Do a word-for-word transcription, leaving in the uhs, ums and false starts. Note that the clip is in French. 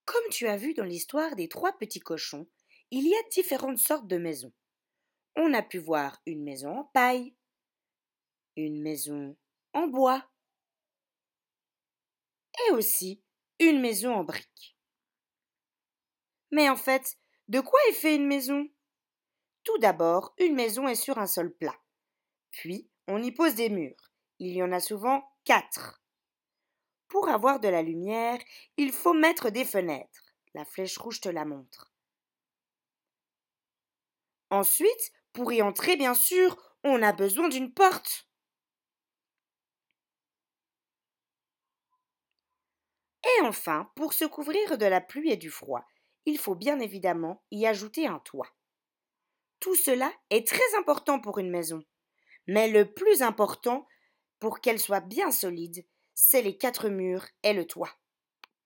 Comme tu as vu dans l'histoire des trois petits cochons, il y a différentes sortes de maisons. On a pu voir une maison en paille, une maison en bois et aussi une maison en briques. Mais en fait, de quoi est fait une maison? Tout d'abord, une maison est sur un sol plat. Puis, on y pose des murs. Il y en a souvent quatre. Pour avoir de la lumière, il faut mettre des fenêtres. La flèche rouge te la montre. Ensuite, pour y entrer, bien sûr, on a besoin d'une porte. Et enfin, pour se couvrir de la pluie et du froid, il faut bien évidemment y ajouter un toit. Tout cela est très important pour une maison. Mais le plus important, pour qu'elle soit bien solide, c'est les quatre murs et le toit.